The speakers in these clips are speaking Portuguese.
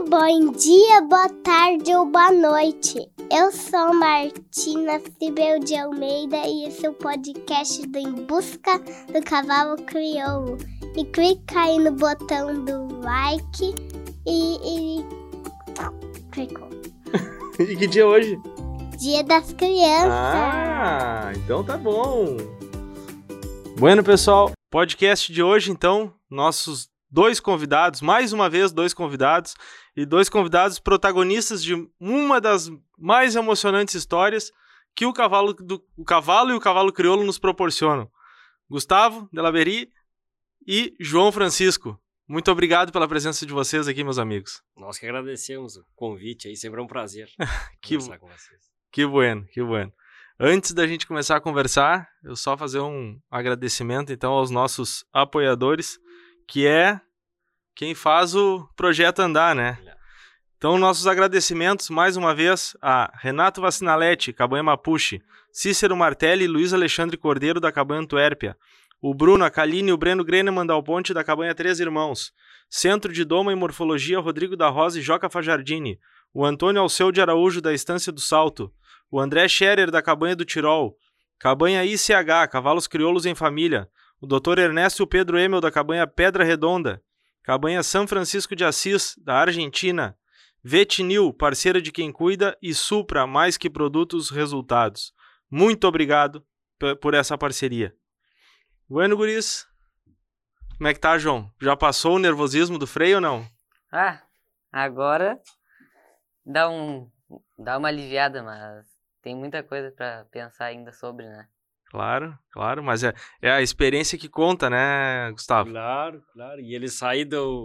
bom dia, boa tarde ou boa noite. Eu sou Martina Cibel de Almeida e esse é o podcast do Em Busca do Cavalo Crioulo. E clica aí no botão do like e clicou. E que dia é hoje? Dia das Crianças. Ah, então tá bom. Bueno, pessoal, podcast de hoje, então, nossos dois convidados, mais uma vez dois convidados, e dois convidados protagonistas de uma das mais emocionantes histórias que o cavalo e o cavalo crioulo nos proporcionam. Gustavo Delaverie e João Francisco. Muito obrigado pela presença de vocês aqui, meus amigos. Nós que agradecemos o convite aí, sempre é um prazer conversar com vocês. Que bueno, que bueno. Antes da gente começar a conversar, eu só fazer um agradecimento então aos nossos apoiadores, que é quem faz o projeto andar, né? Então, nossos agradecimentos, mais uma vez, a Renato Vacinaletti, Cabanha Mapuche, Cícero Martelli e Luiz Alexandre Cordeiro, da Cabanha Antuérpia, o Bruno, a Kaline e o Breno Greneman Dal Ponte, da Cabanha Três Irmãos, Centro de Doma e Morfologia, Rodrigo da Rosa e Joca Fajardini, o Antônio Alceu de Araújo, da Estância do Salto, o André Scherer, da Cabanha do Tirol, Cabanha ICH, Cavalos Crioulos em Família, o Dr. Ernesto Pedro Emel, da Cabanha Pedra Redonda, Cabanha São Francisco de Assis, da Argentina, Vetinil, parceira de quem cuida, e Supra, mais que produtos, resultados. Muito obrigado por essa parceria. Bueno, guris, como é que tá, João? Já passou o nervosismo do freio ou não? Agora dá uma aliviada, mas tem muita coisa pra pensar ainda sobre, né? Claro, mas é a experiência que conta, né, Gustavo? Claro. E ele sair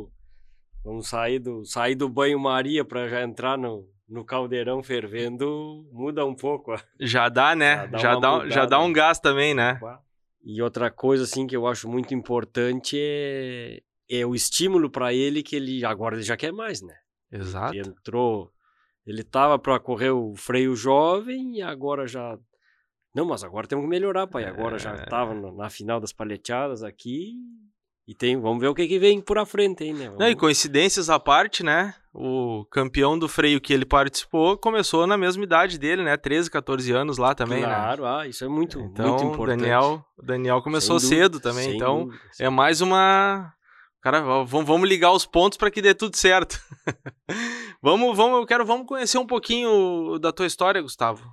do banho-maria pra já entrar no caldeirão fervendo, muda um pouco. Já dá, né? Já dá um gás também, né? E outra coisa, assim, que eu acho muito importante é o estímulo pra ele, que ele agora já quer mais, né? Exato. Ele tava pra correr o freio jovem e agora já... Não, mas agora temos que melhorar, pai. Agora já tava na final das paleteadas aqui e vamos ver o que vem por à frente aí, né? Não, e coincidências à parte, né? O campeão do freio que ele participou começou na mesma idade dele, né? 13, 14 anos lá também, claro, né? Isso é muito importante. O Daniel começou cedo também, então sem mais uma... Cara, vamos ligar os pontos para que dê tudo certo. Vamos conhecer um pouquinho da tua história, Gustavo.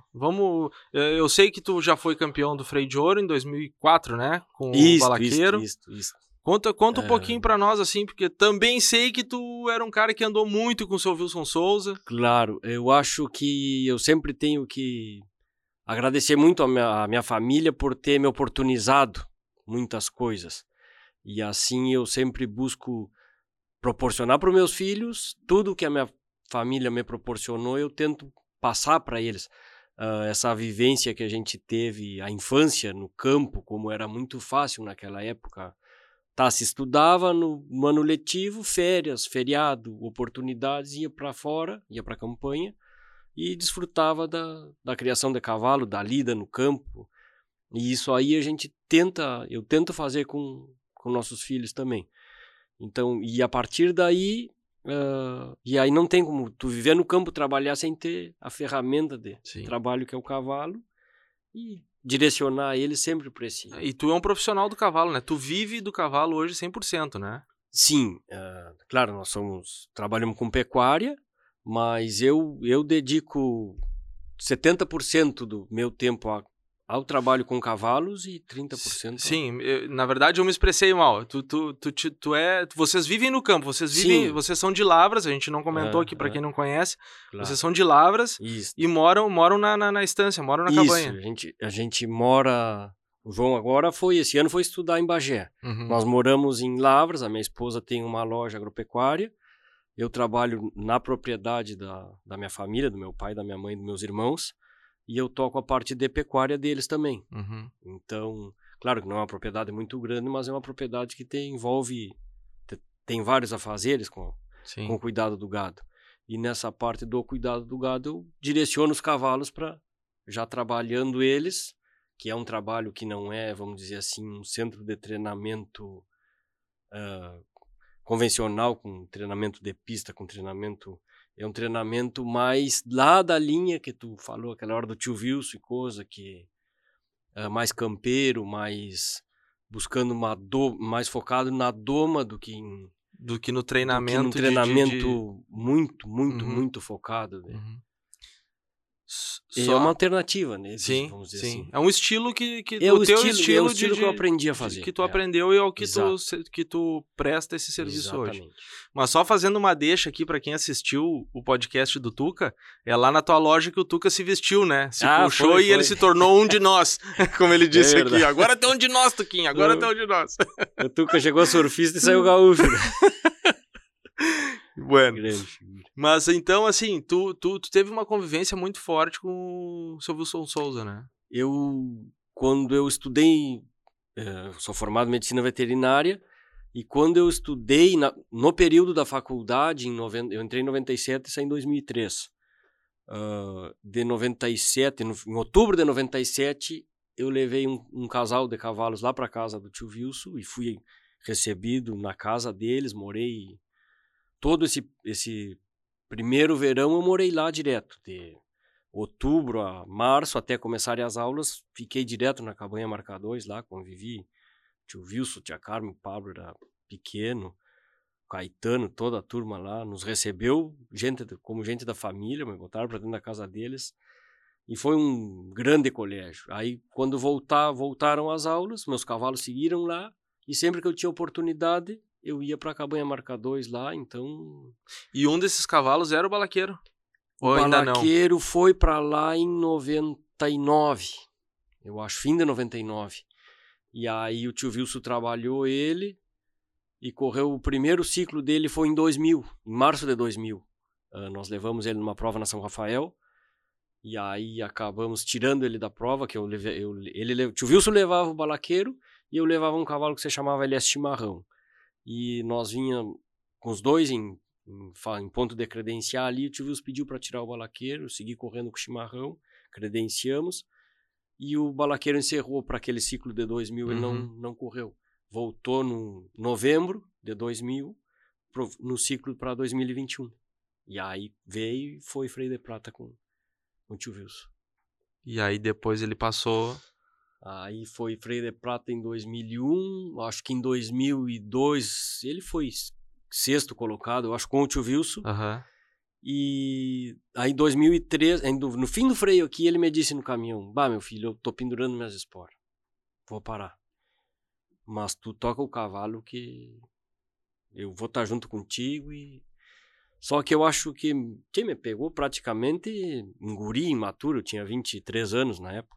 Eu sei que tu já foi campeão do freio de ouro em 2004, né? Com o Balaqueiro. Isso. Conta um pouquinho pra nós, assim, porque também sei que tu era um cara que andou muito com o seu Wilson Souza. Claro, eu acho que eu sempre tenho que agradecer muito a minha família por ter me oportunizado muitas coisas. E assim eu sempre busco proporcionar para os meus filhos tudo que a minha família me proporcionou, eu tento passar para eles. Essa vivência que a gente teve, a infância no campo, como era muito fácil naquela época. Se estudava no ano letivo, férias, feriado, oportunidades, ia para fora, ia para a campanha e desfrutava da criação de cavalo, da lida no campo. E isso aí eu tento fazer com nossos filhos também. Então, e a partir daí, e aí não tem como tu viver no campo, trabalhar sem ter a ferramenta de trabalho que é o cavalo e direcionar ele sempre para esse... E tu é um profissional do cavalo, né? Tu vive do cavalo hoje 100%, né? Sim, claro, nós trabalhamos com pecuária, mas eu dedico 70% do meu tempo ao trabalho com cavalos e 30%... Sim, na verdade eu me expressei mal. Vocês vivem no campo, vocês são de Lavras, a gente não comentou aqui para quem não conhece, claro. Vocês são de Lavras e moram na estância, moram na cabanha. A gente mora... O João esse ano foi estudar em Bagé. Uhum. Nós moramos em Lavras, a minha esposa tem uma loja agropecuária, eu trabalho na propriedade da minha família, do meu pai, da minha mãe, dos meus irmãos, e eu toco a parte de pecuária deles também. Uhum. Então, claro que não é uma propriedade muito grande, mas é uma propriedade que tem vários afazeres com o cuidado do gado. E nessa parte do cuidado do gado, eu direciono os cavalos para já trabalhando eles, que é um trabalho que não é, vamos dizer assim, um centro de treinamento convencional, com treinamento de pista, com treinamento... É um treinamento mais lá da linha que tu falou, aquela hora do tio Wilson e coisa, que é mais campeiro, mais buscando mais focado na doma do que no treinamento. Do que num treinamento muito focado. Né? É uma alternativa, né? Sim, vamos dizer sim. assim. É um estilo que é o estilo que eu aprendi a fazer. Que tu aprendeu e é o que tu presta esse serviço Exatamente. hoje. Mas só fazendo uma deixa aqui para quem assistiu o podcast do Tuca, é lá na tua loja que o Tuca se vestiu, né? Se puxou e ele se tornou um de nós, como ele disse aqui. Agora tem um de nós, Tuquinha, agora tem um de nós. O Tuca chegou surfista e saiu gaúcho. Bueno. Mas então, assim, tu teve uma convivência muito forte com o seu Wilson Souza, né? Quando eu estudei, sou formado em medicina veterinária, e quando eu estudei, no período da faculdade, eu entrei em 97 e saí em 2003. De 97, em outubro de 97, eu levei um casal de cavalos lá para casa do tio Wilson e fui recebido na casa deles, morei... Todo esse primeiro verão eu morei lá direto, de outubro a março, até começarem as aulas, fiquei direto na cabanha Marca 2 lá, convivi, tio Wilson, tia Carmen, o Pablo era pequeno, Caetano, toda a turma lá, nos recebeu como gente da família, me botaram para dentro da casa deles, e foi um grande colégio. Aí quando voltaram as aulas, meus cavalos seguiram lá, e sempre que eu tinha oportunidade... Eu ia pra cabanha Marca 2 lá, então... E um desses cavalos era o Balaqueiro? Ou ainda não? O Balaqueiro foi pra lá em 99, eu acho, fim de 99. E aí o tio Wilson trabalhou ele e correu, o primeiro ciclo dele foi em 2000, em março de 2000. Nós levamos ele numa prova na São Rafael e aí acabamos tirando ele da prova, que o tio Wilson levava o Balaqueiro e eu levava um cavalo que se chamava LS Chimarrão. E nós vinhamos com os dois em ponto de credenciar ali, o tio Wilson pediu para tirar o Balaqueiro, eu segui correndo com o Chimarrão, credenciamos, e o Balaqueiro encerrou para aquele ciclo de 2000, ele não correu. Voltou no novembro de 2000, no ciclo para 2021. E aí veio e foi freio de prata com o tio Wilson. E aí depois ele passou... Aí foi freio de prata em 2001, acho que em 2002 ele foi sexto colocado, eu acho, com o tio Wilson. E aí em 2003, no fim do freio aqui, ele me disse no caminhão, meu filho, eu tô pendurando minhas esporas, vou parar. Mas tu toca o cavalo que eu vou estar junto contigo. Só que eu acho que quem me pegou praticamente em guri, imaturo, eu tinha 23 anos na época.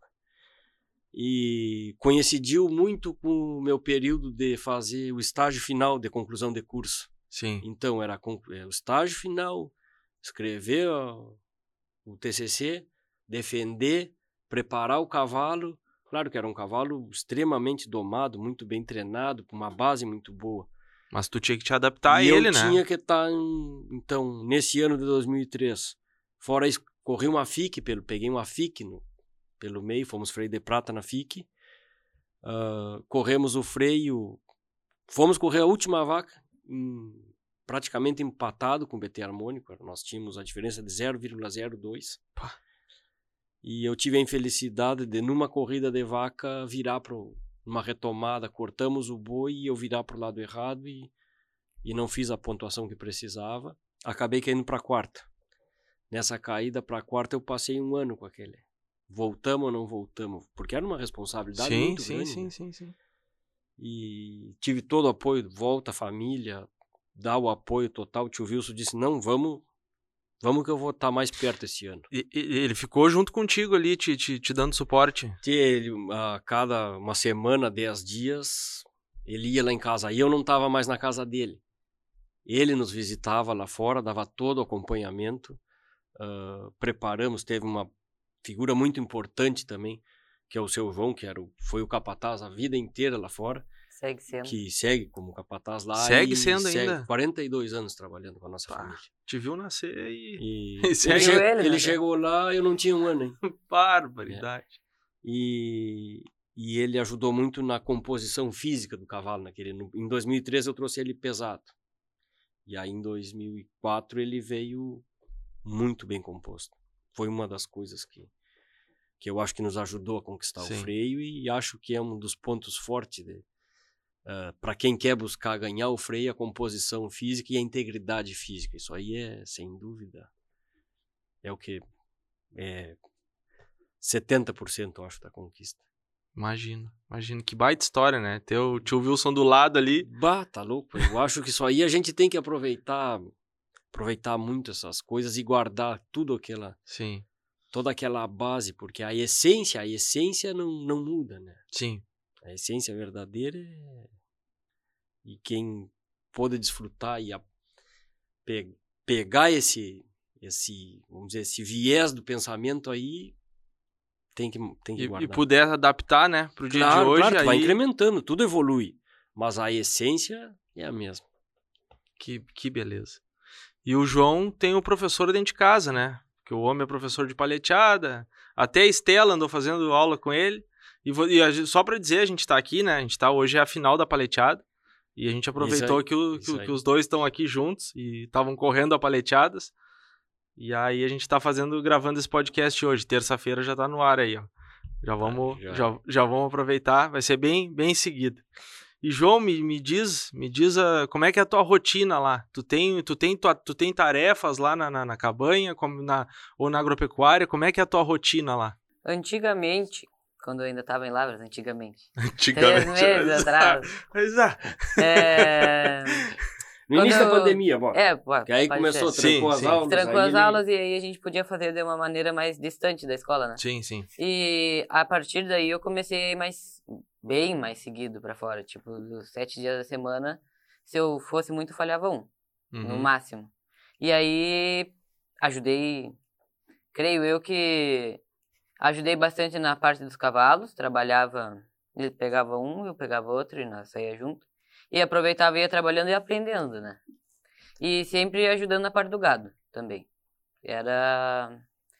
E coincidiu muito com o meu período de fazer o estágio final de conclusão de curso. Sim. Então era o estágio final, escrever o TCC, defender, preparar o cavalo. Claro que era um cavalo extremamente domado, muito bem treinado, com uma base muito boa. Mas tu tinha que te adaptar a ele, né? Eu tinha que estar, então, nesse ano de 2003. Fora isso, corri uma FIC, peguei uma FIC pelo meio, fomos freio de prata na FIC, corremos o freio, fomos correr a última vaca, praticamente empatado com o BT harmônico, nós tínhamos a diferença de 0,02, e eu tive a infelicidade de, numa corrida de vaca, virar para uma retomada, cortamos o boi e eu virar para o lado errado e não fiz a pontuação que precisava, acabei caindo para a quarta. Nessa caída para a quarta eu passei 1 ano com aquele. Voltamos ou não voltamos? Porque era uma responsabilidade muito grande. Sim. E tive todo o apoio, volta a família, dá o apoio total. O tio Wilson disse, não, vamos que eu vou estar mais perto esse ano. E ele ficou junto contigo ali, te dando suporte? Ele, a cada uma semana, 10 dias, ele ia lá em casa. Aí eu não estava mais na casa dele. Ele nos visitava lá fora, dava todo o acompanhamento. Preparamos, teve uma figura muito importante também, que é o seu João, que foi o capataz a vida inteira lá fora. Segue sendo. Que segue como capataz lá. Segue sendo ainda. 42 anos trabalhando com a nossa família. Te viu nascer e ele chegou lá, eu não tinha 1 ano, hein? Barbaridade. E ele ajudou muito na composição física do cavalo. Em 2013 eu trouxe ele pesado. E aí em 2004 ele veio muito bem composto. Foi uma das coisas que eu acho que nos ajudou a conquistar Sim. o freio, e acho que é um dos pontos fortes para quem quer buscar ganhar o freio, a composição física e a integridade física. Isso aí é, sem dúvida, é o que é 70%, eu acho, da conquista. Imagino que baita história, né? Ter o tio Wilson do lado ali. Bah, tá louco. Eu acho que isso aí a gente tem que aproveitar muito essas coisas e guardar Sim, toda aquela base, porque a essência não muda, né? sim. A essência verdadeira e quem pôde desfrutar e pegar esse, vamos dizer, esse viés do pensamento aí, tem que guardar. E puder adaptar, né, pro dia de Claro, hoje. claro, Aí... vai incrementando, tudo evolui, mas a essência é a mesma. Que beleza. E o João tem o professor dentro de casa, né? Porque o homem é professor de paleteada. Até a Estela andou fazendo aula com ele. Só para dizer, a gente tá aqui, né? A gente tá hoje é a final da paleteada. E a gente aproveitou que os dois estão aqui juntos e estavam correndo a paleteadas. E aí a gente tá gravando esse podcast hoje. Terça-feira já tá no ar aí, ó. Já vamos aproveitar. Vai ser bem seguido. E, João, me diz como é que é a tua rotina lá? Tu tem tarefas lá na cabanha ou na agropecuária? Como é que é a tua rotina lá? Antigamente, quando eu ainda estava em Lavras, antigamente. 3 Antigamente. meses atrás. Pois é. No início da pandemia, bom. Que aí começou, trancou as aulas. Trancou as aulas e aí a gente podia fazer de uma maneira mais distante da escola, né? Sim. E a partir daí eu comecei bem mais seguido pra fora. Tipo, dos 7 dias da semana, se eu fosse muito, falhava um, no máximo. E aí creio eu que ajudei bastante na parte dos cavalos. Trabalhava, ele pegava um, eu pegava outro e nós saía junto. E aproveitava e ia trabalhando e aprendendo, né? E sempre ajudando na parte do gado também. Era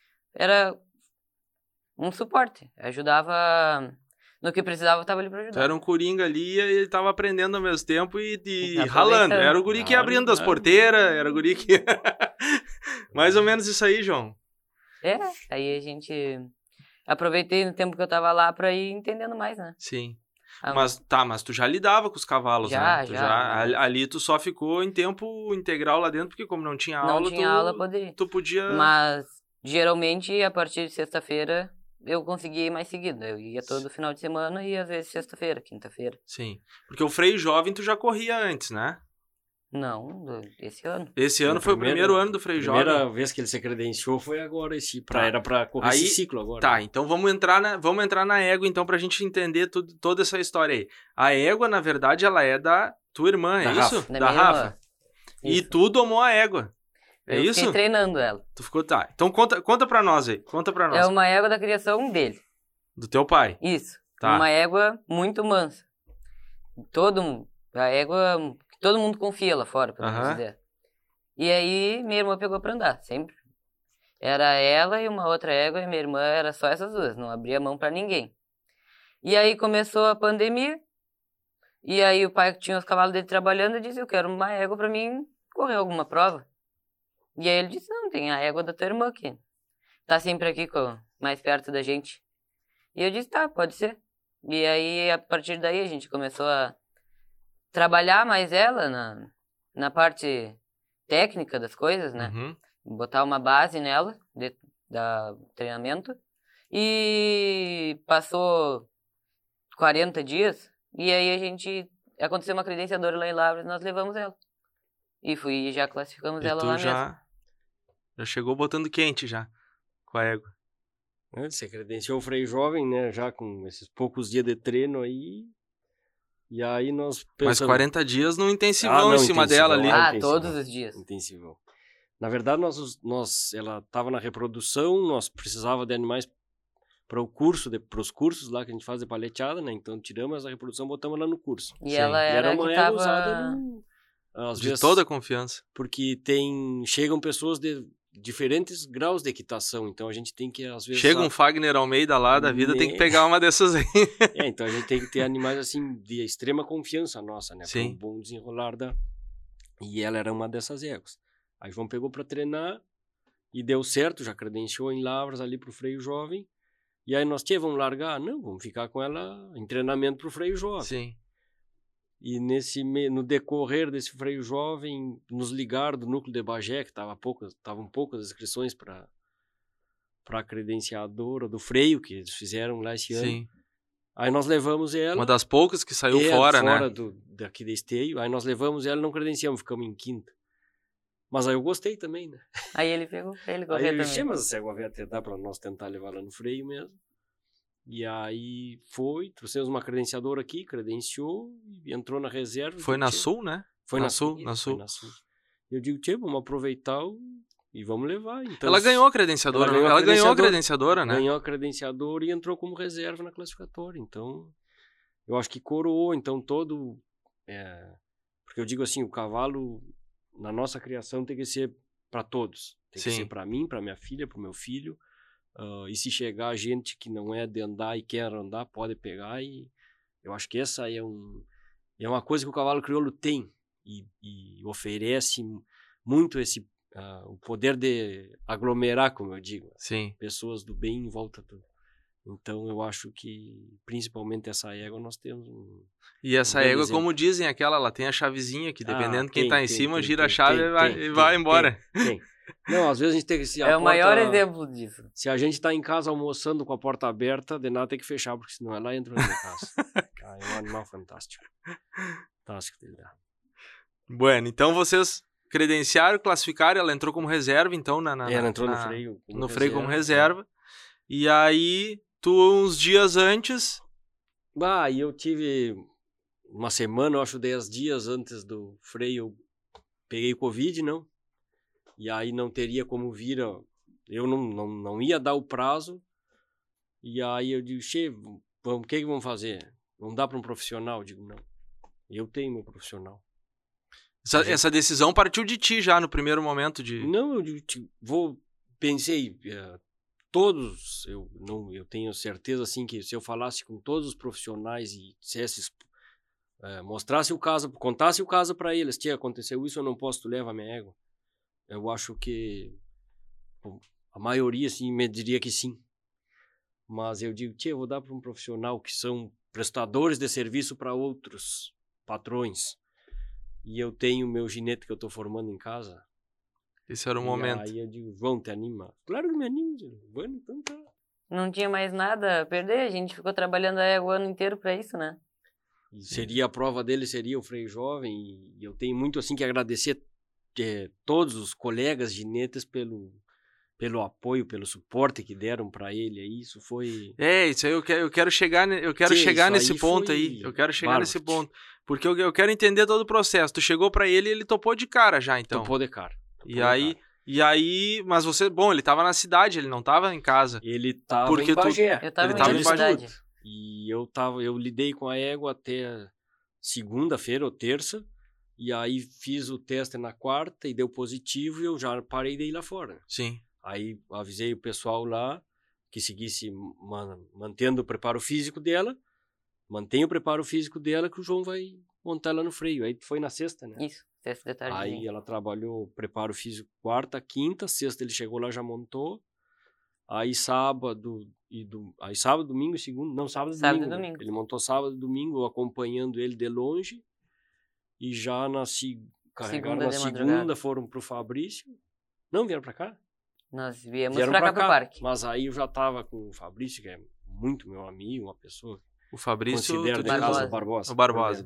um suporte. Ajudava no que precisava, eu estava ali para ajudar. Tu era um coringa ali e ele tava aprendendo ao mesmo tempo e ralando. Era o guri que ia abrindo as porteiras, era o guri que... Mais ou menos isso aí, João. Aí a gente... Aproveitei no tempo que eu tava lá para ir entendendo mais, né? Sim. Mas tu já lidava com os cavalos, né? Já. Ali tu só ficou em tempo integral lá dentro, porque como não tinha aula, poderia. Tu podia... Mas, geralmente, a partir de sexta-feira, eu conseguia ir mais seguido. Eu ia todo final de semana e, às vezes, sexta-feira, quinta-feira. Sim. Porque o freio jovem tu já corria antes, né? Não, esse ano. Esse ano foi o primeiro ano do freio jovem. A primeira vez que ele se credenciou foi agora, era pra correr esse ciclo agora. Tá, então vamos entrar na égua então pra gente entender toda essa história aí. A égua, na verdade, ela é da tua irmã, é isso? Da Rafa. Isso. E tu domou a égua. É isso? Eu fiquei treinando ela. Tu ficou, tá. Então conta pra nós aí, É uma égua da criação dele. Do teu pai. Isso. Tá. Uma égua muito mansa. A égua... Todo mundo confia lá fora, pra dizer. E aí, minha irmã pegou pra andar, sempre. Era ela e uma outra égua, e minha irmã era só essas duas, não abria mão pra ninguém. E aí começou a pandemia, e aí o pai que tinha os cavalos dele trabalhando disse, eu quero uma égua pra mim correr alguma prova. E aí ele disse, não, tem a égua da tua irmã aqui. Tá sempre aqui, mais perto da gente. E eu disse, tá, pode ser. E aí, a partir daí, a gente começou a trabalhar mais ela na parte técnica das coisas, né? Botar uma base nela, da treinamento. E passou 40 dias, e aí aconteceu uma credenciadora lá em Lavras, nós levamos ela. E já classificamos ela lá mesmo. Já chegou botando quente já, com a égua. Você credenciou o freio jovem, né? Já com esses poucos dias de treino aí... E aí nós pensamos... Mas 40 dias no intensivão em cima dela ali. Todos os dias. Intensivão. Na verdade, ela estava na reprodução, nós precisava de animais para os cursos lá que a gente faz de paleteada, né? Então tiramos a reprodução, botamos lá no curso. E ela era uma égua usada às vezes, toda a confiança. Porque chegam pessoas de diferentes graus de equitação, então a gente tem que, às vezes... Chega um Fagner Almeida lá da vida, tem que pegar uma dessas aí. Então a gente tem que ter animais, assim, de extrema confiança nossa, né? Sim. Para um bom desenrolar E ela era uma dessas éguas. Aí o João pegou para treinar e deu certo, já credenciou em Lavras ali pro freio jovem. E aí nós vamos largar? Não, vamos ficar com ela em treinamento pro freio jovem. Sim. E no decorrer desse freio jovem, nos ligaram do núcleo de Bagé, que estavam poucas inscrições para a credenciadora do freio, que eles fizeram lá esse ano. Sim. Aí nós levamos ela. Uma das poucas que saiu fora, né? Daqui de Esteio. Aí nós levamos ela e não credenciamos, ficamos em quinta. Mas aí eu gostei também, né? Aí ele pegou pra ele correr aí eu também. Mas a cégua velha até dá pra nós tentar levar ela no freio mesmo. E aí trouxemos uma credenciadora aqui, credenciou e entrou na reserva. Foi na Sul, né? Foi na Sul. Sul. Eu digo, vamos aproveitar e vamos levar. Então, ela ganhou a credenciadora, ela ganhou a credenciadora, né? Ganhou a credenciadora e entrou como reserva na classificatória. Então, eu acho que coroou. Então, porque eu digo assim, o cavalo, na nossa criação, tem que ser para todos. Tem que ser para mim, para minha filha, para o meu filho. E se chegar gente que não é de andar e quer andar, pode pegar. E eu acho que essa é uma coisa que o cavalo crioulo tem e oferece muito o poder de aglomerar, como eu digo. Sim. Pessoas do bem em volta do... Então, eu acho que, principalmente essa égua, nós temos E essa égua, como dizem, ela tem a chavezinha que, dependendo de quem tá em cima, gira a chave e vai embora. Tem. Não, às vezes a gente tem que... É o maior exemplo disso. Se a gente tá em casa almoçando com a porta aberta, de nada tem que fechar, porque senão ela entra na minha casa. É um animal fantástico. Fantástico dele dar. Bueno, então vocês credenciaram, classificaram, ela entrou como reserva, então, ela entrou no freio. No freio como reserva. E aí, uns dias antes... E eu tive uma semana, eu acho, 10 dias antes do freio, eu peguei Covid, não? E aí não teria como vir, eu não ia dar o prazo. E aí eu digo, o que vamos fazer? Vamos dar para um profissional? Eu digo, não. Eu tenho meu profissional. Essa decisão partiu de ti já no primeiro momento de... Não, pensei, todos, eu tenho certeza assim que se eu falasse com todos os profissionais e dissesse, mostrasse o caso, contasse o caso para eles, aconteceu isso, eu não posso, tu leva a minha égua. Eu acho que a maioria assim, me diria que sim. Mas eu digo, eu vou dar para um profissional que são prestadores de serviço para outros patrões. E eu tenho meu ginete que eu estou formando em casa. Esse era o momento. Aí eu digo, João, te anima? Claro que me animo. Bueno, então tá. Não tinha mais nada a perder, a gente ficou trabalhando a égua o ano inteiro para isso, né? A prova dele seria o freio jovem. E eu tenho muito assim que agradecer todos os colegas ginetes pelo apoio, pelo suporte que deram para ele. Isso foi... isso aí eu quero chegar nesse ponto aí. Eu quero chegar nesse ponto. Porque eu quero entender todo o processo. Tu chegou para ele e ele topou de cara já, então. Topou de cara. E aí, mas você, ele tava na cidade, ele não tava em casa. Ele tava em Bagé. Eu tava em cidade. E eu lidei com a égua até segunda-feira ou terça. E aí fiz o teste na quarta e deu positivo e eu já parei de ir lá fora. Sim. Aí avisei o pessoal lá que seguisse mantendo o preparo físico dela. Mantenha o preparo físico dela que o João vai montar ela no freio. Aí foi na sexta, né? Isso, sexta de tarde. Aí ela trabalhou preparo físico quarta, quinta, sexta ele chegou lá, já montou. Aí sábado, domingo e segunda... Não, sábado e domingo. Ele montou sábado e domingo, eu acompanhando ele de longe. E já carregaram na segunda, foram pro Fabrício. Não, vieram pra cá? Nós viemos pra cá pro parque. Mas aí eu já tava com o Fabrício, que é muito meu amigo, uma pessoa... O Fabrício... Considero de casa o Barbosa. O Barbosa.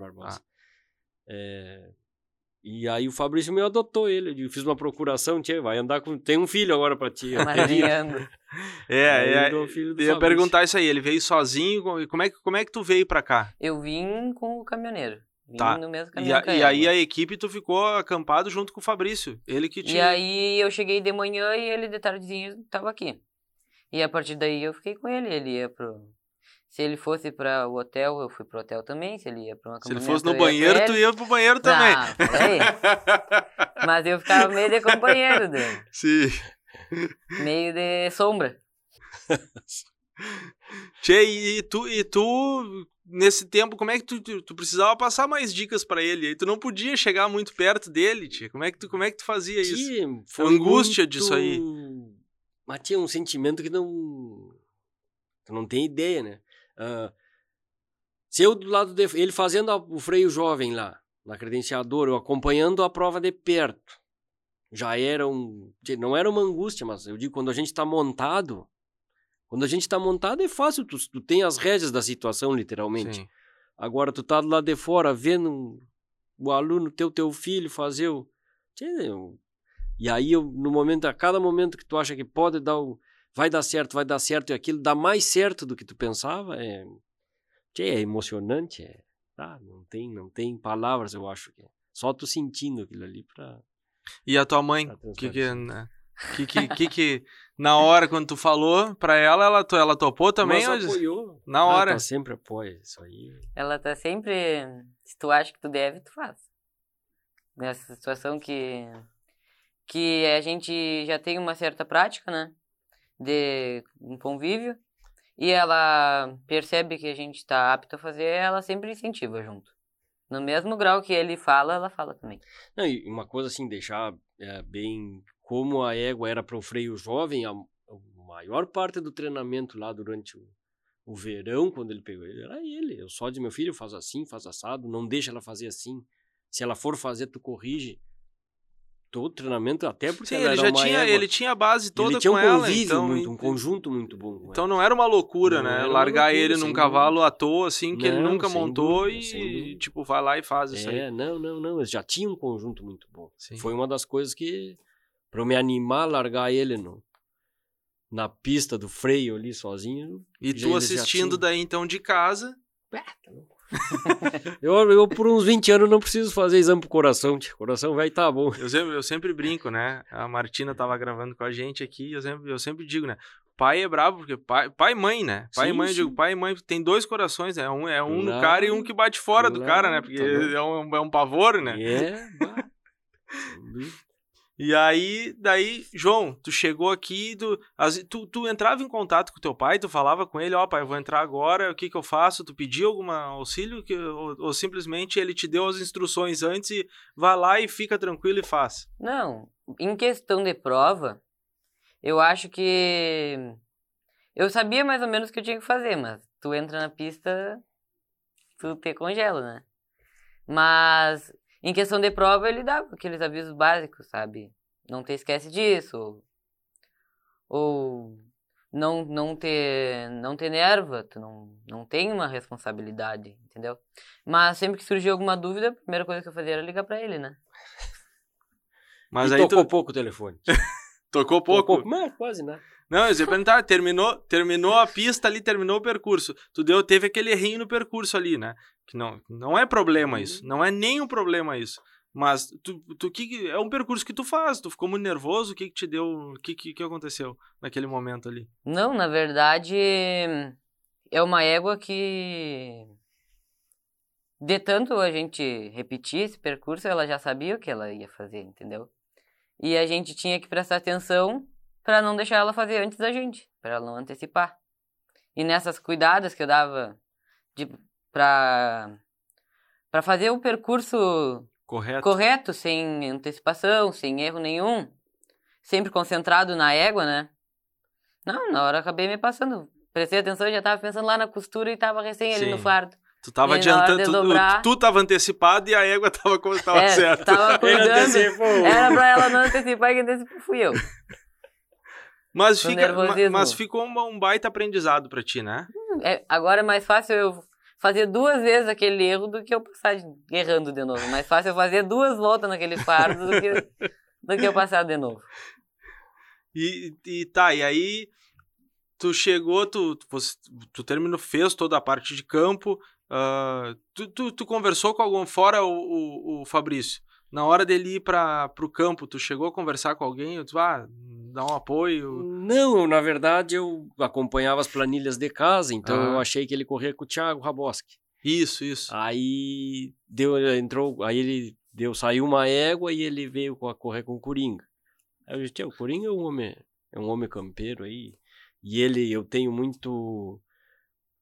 E aí o Fabrício me adotou ele. Eu fiz uma procuração, vai andar com... Tem um filho agora pra ti. Madrinhando. Eu ia perguntar isso aí. Ele veio sozinho? Como é que tu veio pra cá? Eu vim com o caminhoneiro. Vim no mesmo caminhão. E aí a equipe, tu ficou acampado junto com o Fabrício. Ele que tinha... E aí eu cheguei de manhã e ele de tardezinho tava aqui. E a partir daí eu fiquei com ele. Ele ia pro... Se ele fosse para o hotel, eu fui pro hotel também. Se ele ia para uma Se ele fosse no banheiro, tu ia pro banheiro também. Peraí. Mas eu ficava meio de companheiro dele. Sim. Meio de sombra. Tchê, e tu nesse tempo, como é que tu precisava passar mais dicas pra ele? Aí tu não podia chegar muito perto dele, tia. Como é que tu fazia isso? Tia, A foi angústia muito... disso aí. Mas tinha um sentimento que tu não tem ideia, né? Se eu do lado ele fazendo o freio jovem lá, na credenciadora, eu acompanhando a prova de perto, já era não era uma angústia, mas eu digo, quando a gente tá montado é fácil, tu tem as rédeas da situação, literalmente. Sim. Agora tu tá do lado de fora, vendo o aluno, teu filho fazer o... E aí, a cada momento que tu acha que pode dar vai dar certo, e aquilo dá mais certo do que tu pensava, é emocionante, não tem palavras, eu acho que só tu sentindo aquilo ali pra... E a tua mãe, que na hora quando tu falou pra ela topou também? Mas apoiou. Na hora. Ela sempre apoia isso aí. Ela tá sempre... Se tu acha que tu deve, tu faz. Nessa situação que a gente já tem uma certa prática, né? De um convívio. E ela percebe que a gente tá apto a fazer, ela sempre incentiva junto. No mesmo grau que ele fala, ela fala também. Não, e uma coisa assim, deixar bem... Como a égua era para o freio jovem, a maior parte do treinamento lá durante o verão, quando ele pegou ele, era ele. Eu só de meu filho, faz assim, faz assado, não deixa ela fazer assim. Se ela for fazer, tu corrige. Todo treinamento, até porque sim, ela era uma égua. Ele tinha a base toda ele tinha com um ela. Convívio Então, um conjunto muito bom com então ela. não era uma loucura, Não né? era uma Largar loucura, ele num cavalo à toa, assim, que ele nunca montou dúvida, e, tipo, vai lá e faz isso aí. Não. Eles já tinham um conjunto muito bom. Sim. Foi uma das coisas que, pra eu me animar a largar ele na pista do freio ali sozinho. E tu assistindo daí, então, de casa. Eu por uns 20 anos não preciso fazer exame pro coração, tia. O coração vai tá bom. Eu sempre brinco, né? A Martina tava gravando com a gente aqui, eu sempre digo, né? Pai é brabo, porque pai e mãe, né? Pai e mãe, eu digo, pai e mãe tem dois corações, né? É um no cara e um que bate fora do cara, né? Porque é um pavor, né? E aí, daí, João, tu chegou aqui, tu entrava em contato com teu pai, tu falava com ele, pai, eu vou entrar agora, o que eu faço? Tu pediu algum auxílio ou simplesmente ele te deu as instruções antes e vai lá e fica tranquilo e faz? Não, em questão de prova, eu acho que eu sabia mais ou menos o que eu tinha que fazer, mas tu entra na pista, tu te congela, né? Mas... Em questão de prova, ele dava aqueles avisos básicos, sabe? Não te esquece disso. Ou não te nerva, tu não tem uma responsabilidade, entendeu? Mas sempre que surgia alguma dúvida, a primeira coisa que eu fazia era ligar pra ele, né? Mas aí tocou pouco o telefone. Tocou pouco? Não, quase nada. Não, eu ia perguntar, terminou a pista ali, terminou o percurso. Teve aquele errinho no percurso ali, né? Que não é problema isso, não é nenhum problema isso. Mas é um percurso que tu faz, tu ficou muito nervoso, o que te deu, o que aconteceu naquele momento ali? Não, na verdade, é uma égua que, de tanto a gente repetir esse percurso, ela já sabia o que ela ia fazer, entendeu? E a gente tinha que prestar atenção para não deixar ela fazer antes da gente, para ela não antecipar. E nessas cuidadas que eu dava para fazer o percurso correto, sem antecipação, sem erro nenhum, sempre concentrado na égua, né? Não, na hora eu acabei me passando. Prestei atenção e já tava pensando lá na costura e tava recém ali no fardo. Tu tava adiantando, tu tava antecipado e a égua tava como tava certo. Tava cuidando. Era pra ela não antecipar, quem antecipou fui eu. Mas ficou um baita aprendizado pra ti, né? Agora é mais fácil eu fazer 2 vezes aquele erro do que eu passar errando de novo. Mais fácil eu fazer 2 voltas naquele fardo do que eu passar de novo. E aí tu chegou, tu terminou, fez toda a parte de campo, tu conversou com algum, fora o Fabrício, na hora dele ir pro campo, tu chegou a conversar com alguém, dar um apoio? Não, na verdade eu acompanhava as planilhas de casa, então eu achei que ele corria com o Thiago Raboski. Isso. Aí saiu uma égua e ele veio correr com o Coringa. Aí eu disse, o Coringa é um homem campeiro aí, e eu tenho muito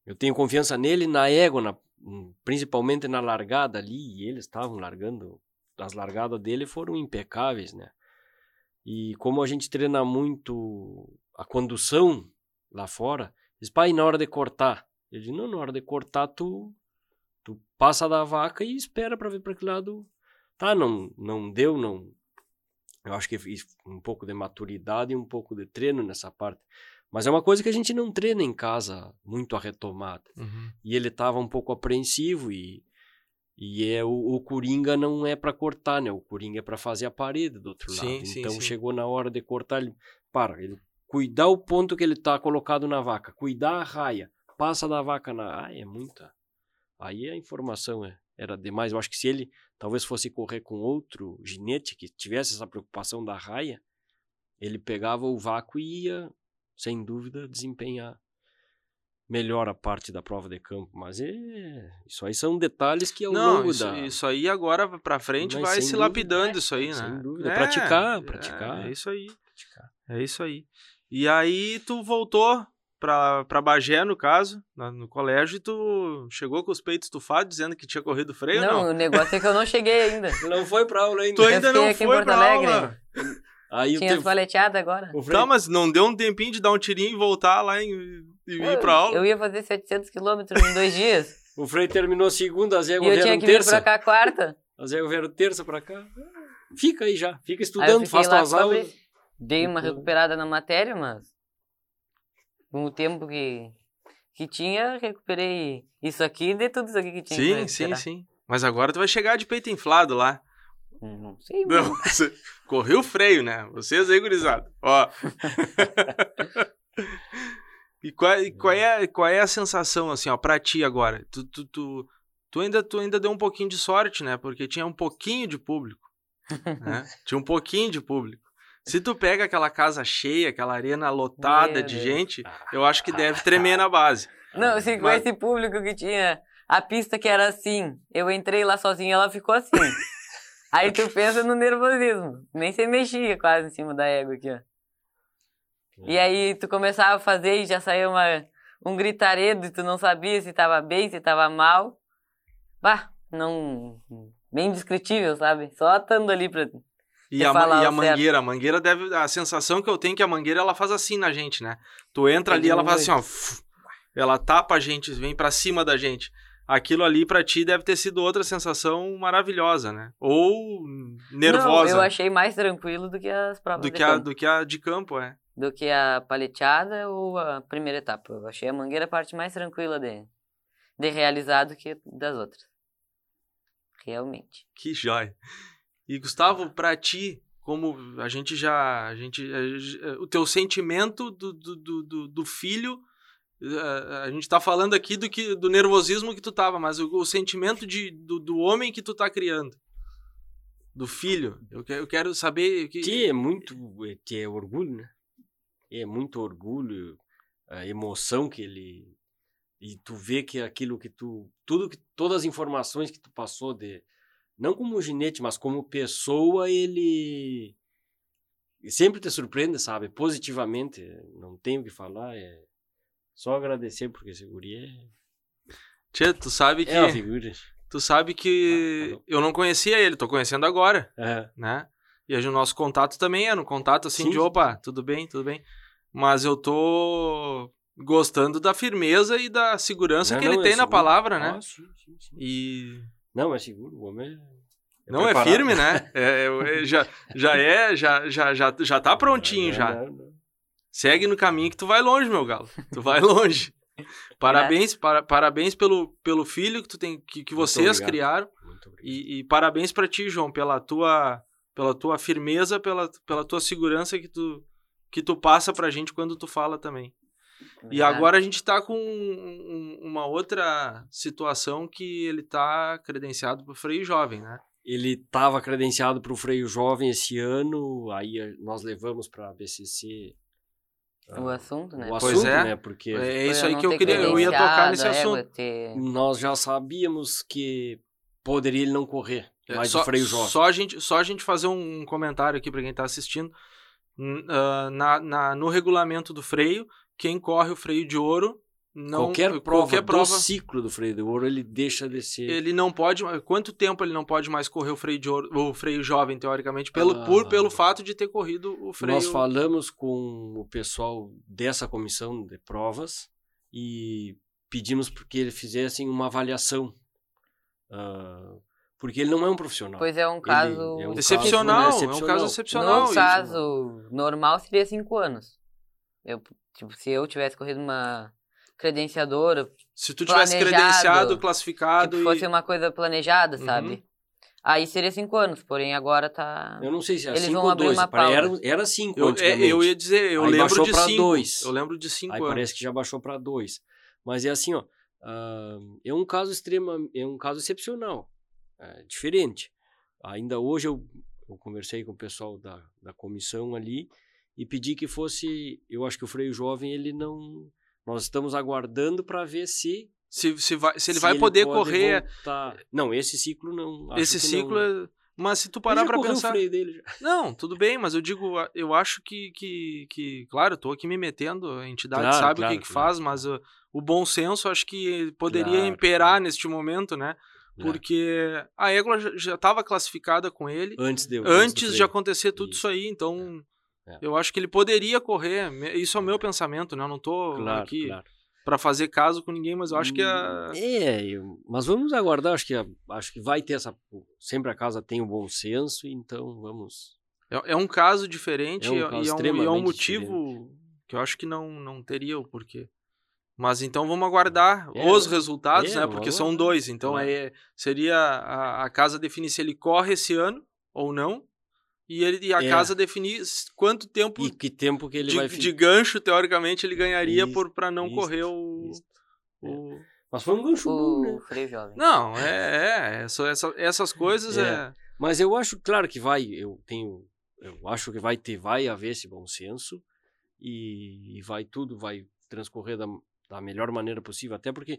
Eu tenho confiança nele, na égua, principalmente na largada ali, e eles estavam largando, as largadas dele foram impecáveis, né? E como a gente treina muito a condução lá fora, diz, pai, na hora de cortar. Eu digo, não, na hora de cortar tu passa da vaca e espera para ver para que lado. Tá, não deu, não. Eu acho que fiz um pouco de maturidade e um pouco de treino nessa parte. Mas é uma coisa que a gente não treina em casa muito a retomada. Uhum. E ele estava um pouco apreensivo e o coringa não é para cortar, né? O coringa é para fazer a parede do outro lado. Então chegou na hora de cortar, ele cuidar o ponto que ele tá colocado na vaca, cuidar a raia, passa da vaca na... é muita. Aí a informação era demais. Eu acho que se ele talvez fosse correr com outro ginete que tivesse essa preocupação da raia, ele pegava o vácuo e ia, sem dúvida, desempenhar melhor a parte da prova de campo. Mas isso aí são detalhes que ao longo isso aí agora pra frente vai se lapidando isso aí, né? Sem dúvida. Praticar. É isso aí. É isso aí. E aí tu voltou pra Bagé, no caso, no colégio, e tu chegou com os peitos estufados dizendo que tinha corrido freio, não? Não, o negócio é que eu não cheguei ainda. Não foi pra aula ainda. Tu ainda não foi pra aula. Aí tinha as paleteadas agora. Tá, mas não deu um tempinho de dar um tirinho e voltar lá e ir pra aula? Eu ia fazer 700 quilômetros em 2 dias. O freio terminou segunda, as éguas vieram terça. E eu tinha que vir pra cá quarta. As éguas vieram terça pra cá. Fica aí já, fica estudando, faz tuas aulas. Dei uma recuperada na matéria, mas com o tempo que tinha, recuperei isso aqui e dei tudo isso aqui que tinha. Sim. Mas agora tu vai chegar de peito inflado lá. Não sei. Não, correu o freio, né? Vocês aí, gurizada. Ó. E qual é a sensação, assim, ó, pra ti agora? Tu ainda deu um pouquinho de sorte, né? Porque tinha um pouquinho de público. Né? Tinha um pouquinho de público. Se tu pega aquela casa cheia, aquela arena lotada de gente, eu acho que deve tremer na base. Não, assim, com esse público que tinha a pista que era assim, eu entrei lá sozinho, ela ficou assim. Aí tu pensa no nervosismo. Nem se mexia quase em cima da égua aqui, ó. E aí tu começava a fazer e já saiu um gritaredo e tu não sabia se tava bem, se tava mal. Bah, não... Bem indescritível, sabe? Só estando ali pra... E a mangueira deve... A sensação que eu tenho é que a mangueira, ela faz assim na gente, né? Tu entra ali, ela faz assim, ó... Ela tapa a gente, vem pra cima da gente. Aquilo ali pra ti deve ter sido outra sensação maravilhosa, né? Ou nervosa. Não, eu achei mais tranquilo do que as provas de campo. Do que a de campo, é. Do que a paleteada ou a primeira etapa. Eu achei a mangueira a parte mais tranquila de realizar do que das outras. Realmente. Que joia. E Gustavo, pra ti, como o teu sentimento do filho, a gente tá falando aqui do nervosismo que tu tava, mas o sentimento do homem que tu tá criando, do filho, eu quero saber... Que é muito, que é orgulho, né? É muito orgulho, a emoção que ele... E tu vê que aquilo que tu... Todas as informações que tu passou não como ginete, mas como pessoa, ele sempre te surpreende, sabe? Positivamente. Não tenho o que falar, só agradecer, porque esse guri Tchê, tu sabe que... É uma figura. Tu sabe que eu não conhecia ele, tô conhecendo agora, né? E o nosso contato também é no contato assim, de opa, tudo bem. Mas eu tô gostando da firmeza e da segurança que ele tem na palavra, né? Sim. E... Não, é seguro, o homem não preparado. É firme, né? Já tá prontinho já. Não. Segue no caminho que tu vai longe, meu galo. Tu vai longe. Parabéns pelo filho que tu tem, que vocês criaram. Muito obrigado. E parabéns pra ti, João, pela tua firmeza, pela tua segurança que tu passa pra gente quando tu fala também. E agora a gente tá com uma outra situação que ele tá credenciado pro freio jovem, né? Ele estava credenciado pro freio jovem esse ano, aí nós levamos pra BCC o assunto, né? Pois é, né? Porque é isso aí que eu ia tocar nesse assunto. Nós já sabíamos que poderia ele não correr mais o freio jovem. Só a gente fazer um comentário aqui para quem tá assistindo. No regulamento do freio, quem corre o freio de ouro Qualquer prova do ciclo do freio de ouro, ele deixa de ser... Ele não pode... Quanto tempo ele não pode mais correr o freio jovem, teoricamente, pelo fato de ter corrido o freio... Nós falamos com o pessoal dessa comissão de provas e pedimos que ele fizessem uma avaliação. Porque ele não é um profissional. Pois é um caso... excepcional. É um caso excepcional. No caso normal seria 5 anos. Se eu tivesse corrido uma credenciadora... Se tu tivesse credenciado, classificado... fosse uma coisa planejada, sabe? Aí seria 5 anos, porém agora tá... Eu não sei se é 5 ou 2. Era 5 antigamente. Eu ia dizer, eu lembro de 5. 2. Eu lembro de 5 anos. Aí parece que já baixou para 2. Mas é assim, ó. É um caso excepcional. Diferente. Ainda hoje eu conversei com o pessoal da comissão ali e pedi que fosse... Eu acho que o freio jovem, ele não... Nós estamos aguardando para ver se ele vai poder correr... Voltar. Não, esse ciclo não... Esse ciclo não... Mas se tu parar para pensar... O freio dele já. Não, tudo bem, mas eu digo... Eu acho que claro, eu tô aqui me metendo, a entidade sabe o que faz, mas o bom senso acho que poderia imperar neste momento, né? Porque a égua já estava classificada com ele antes de acontecer tudo isso aí, então eu acho que ele poderia correr. Isso é o meu pensamento, né? Eu não tô aqui para fazer caso com ninguém, mas eu acho que mas vamos aguardar, acho que vai ter sempre a casa tem o bom senso, então vamos... É um caso diferente e é um motivo diferente. Que eu acho que não teria o porquê. Mas então vamos aguardar os resultados, né? Porque são 2. Então seria a casa definir se ele corre esse ano ou não. E a casa definir quanto tempo... E que tempo que ele vai... De gancho, teoricamente, ele ganharia para não correr Mas foi um gancho bom, né? Freio jovem. Não, essas coisas Mas eu acho, claro que vai... Eu acho que vai haver esse bom senso e vai transcorrer da melhor maneira possível, até porque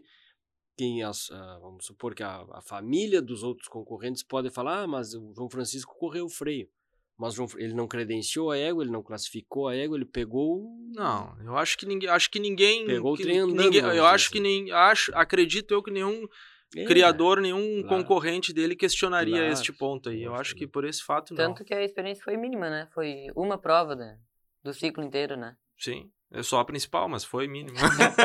vamos supor que a família dos outros concorrentes pode falar, mas o João Francisco correu o freio, mas ele não credenciou a égua, ele não classificou a égua, ele pegou... Não, eu acho que ninguém pegou o trem andando. Acredito eu que nenhum criador, nenhum concorrente dele questionaria este ponto aí. Eu acho que por esse fato não. Tanto que a experiência foi mínima, né? Foi uma prova do ciclo inteiro, né? Sim. É só a principal, mas foi mínimo.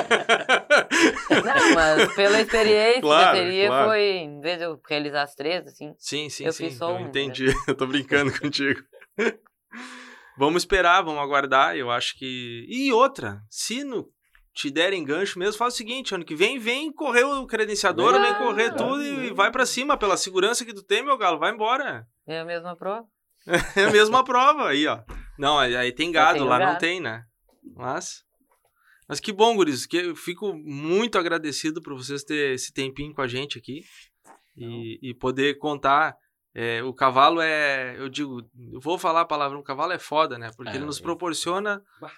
Não, mas pela experiência que eu teria, foi, em vez de eu realizar as 3, assim... Sim, eu fiz só uma. Entendi, eu tô brincando contigo. Vamos esperar, vamos aguardar, eu acho que... E outra, se te derem gancho mesmo, faz o seguinte, ano que vem correr o credenciador, vem correr tudo e vai pra cima, pela segurança que tu tem, meu galo, vai embora. É a mesma prova. É a mesma prova, aí, ó. Não, aí tem gado, lá não tem, né? Mas que bom, guris, que eu fico muito agradecido por vocês terem esse tempinho com a gente aqui e poder contar. O cavalo eu vou falar a palavra, o cavalo é foda, né? Porque ele nos proporciona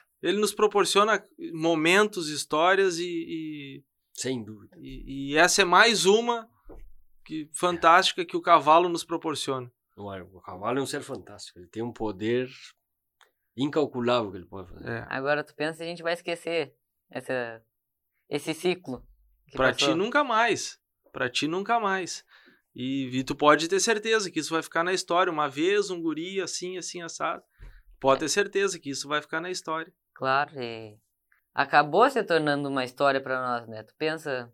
momentos, histórias sem dúvida. E essa é mais uma fantástica que o cavalo nos proporciona. O cavalo é um ser fantástico, ele tem um poder incalculável que ele pode fazer. Agora tu pensa que a gente vai esquecer esse ciclo. Pra ti nunca mais. E tu pode ter certeza que isso vai ficar na história. Uma vez um guri assim, assado. Pode ter certeza que isso vai ficar na história. Claro, e acabou se tornando uma história pra nós, né? Tu pensa...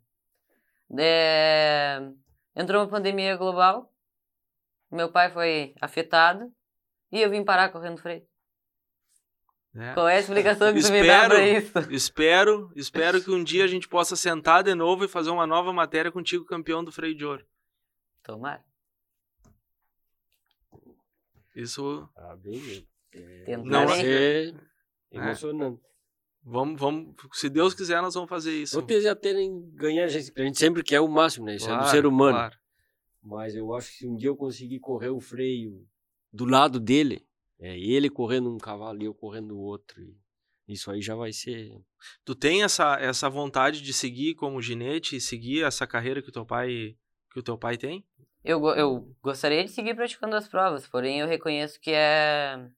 Entrou uma pandemia global, meu pai foi afetado e eu vim parar correndo freio. Qual é a explicação que tu me dá pra isso? Espero que um dia a gente possa sentar de novo e fazer uma nova matéria contigo, campeão do freio de ouro. Tomara. Isso... bem. Não é emocionante. Vamos, se Deus quiser, nós vamos fazer isso. Outros já terem ganhar, a gente sempre quer o máximo, né? Isso é do ser humano. Claro. Mas eu acho que se um dia eu conseguir correr o freio do lado dele, ele correndo um cavalo e eu correndo o outro, isso aí já vai ser... Tu tem essa vontade de seguir como ginete e seguir essa carreira que o teu pai tem? Eu gostaria de seguir praticando as provas, porém eu reconheço que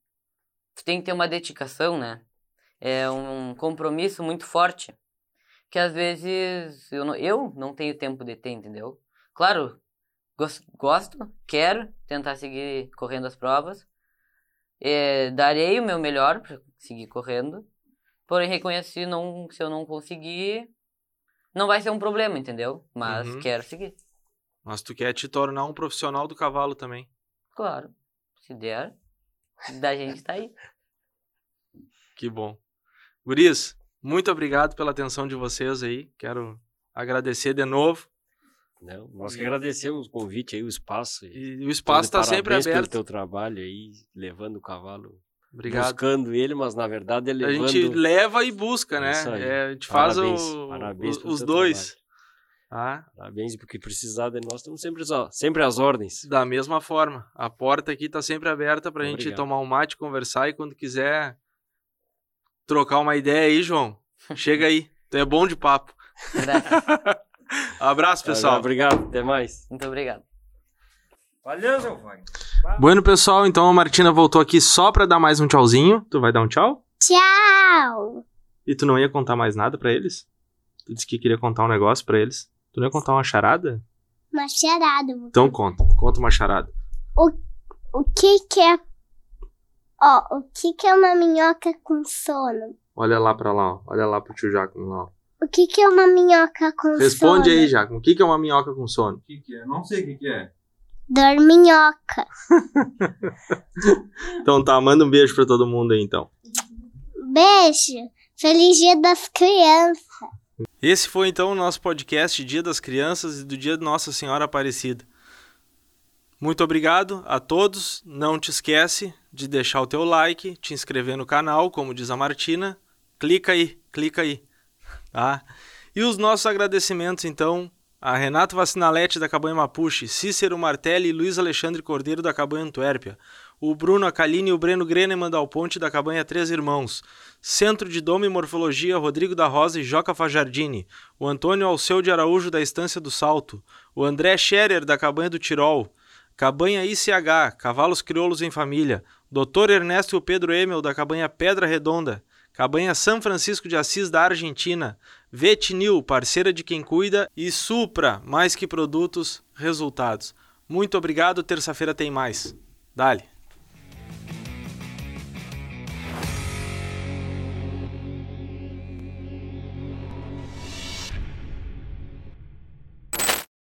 tu tem que ter uma dedicação, né? É um compromisso muito forte, que às vezes eu não tenho tempo de ter, entendeu? Claro, gosto, quero tentar seguir correndo as provas. Darei o meu melhor para seguir correndo. Porém, reconheço se eu não conseguir, não vai ser um problema, entendeu? Mas quero seguir. Mas tu quer te tornar um profissional do cavalo também. Claro, se der, da gente tá aí. Que bom. Guris, muito obrigado pela atenção de vocês aí. Quero agradecer de novo. Não, nós que agradecemos o convite aí, o espaço. E o espaço está sempre aberto. Parabéns pelo teu trabalho aí, levando o cavalo. Obrigado. Buscando ele, mas na verdade ele levando... A gente leva e busca, né? A gente faz os dois. Parabéns, porque precisar de nós estamos sempre às ordens. Da mesma forma. A porta aqui está sempre aberta para a gente tomar um mate, conversar e quando quiser trocar uma ideia aí, João, chega aí. Tu é bom de papo. Abraço, pessoal. Obrigado, até mais. Muito obrigado. Valeu, João Wagner. Bueno, pessoal, então a Martina voltou aqui só pra dar mais um tchauzinho. Tu vai dar um tchau? Tchau! E tu não ia contar mais nada pra eles? Tu disse que queria contar um negócio pra eles. Tu não ia contar uma charada? Uma charada. Então conta uma charada. O que é... Ó, o que é uma minhoca com sono? Olha lá pra lá, ó. Olha lá pro tio Giacomo lá, ó. O que é uma minhoca com sono? Responde aí, Giacomo. O que é uma minhoca com sono? O que é? Não sei o que é. Dorminhoca. Então tá, manda um beijo pra todo mundo aí, então. Beijo. Feliz Dia das Crianças. Esse foi então o nosso podcast Dia das Crianças e do Dia de Nossa Senhora Aparecida. Muito obrigado a todos. Não te esquece de deixar o teu like, te inscrever no canal, como diz a Martina. Clica aí. Tá? E os nossos agradecimentos, então, a Renato Vacinalete, da Cabanha Mapuche, Cícero Martelli e Luiz Alexandre Cordeiro, da Cabanha Antuérpia, o Bruno Acaline e o Breno Greneman Dal Ponte, da Cabanha Três Irmãos, Centro de Doma e Morfologia, Rodrigo da Rosa e Joca Fajardini, o Antônio Alceu de Araújo, da Estância do Salto, o André Scherer, da Cabanha do Tirol, Cabanha ICH, Cavalos Crioulos em Família, Dr. Ernesto e o Pedro Emel, da Cabanha Pedra Redonda, Cabanha São Francisco de Assis, da Argentina, Vetinil, parceira de quem cuida, e Supra, mais que produtos, resultados. Muito obrigado, terça-feira tem mais. Dale!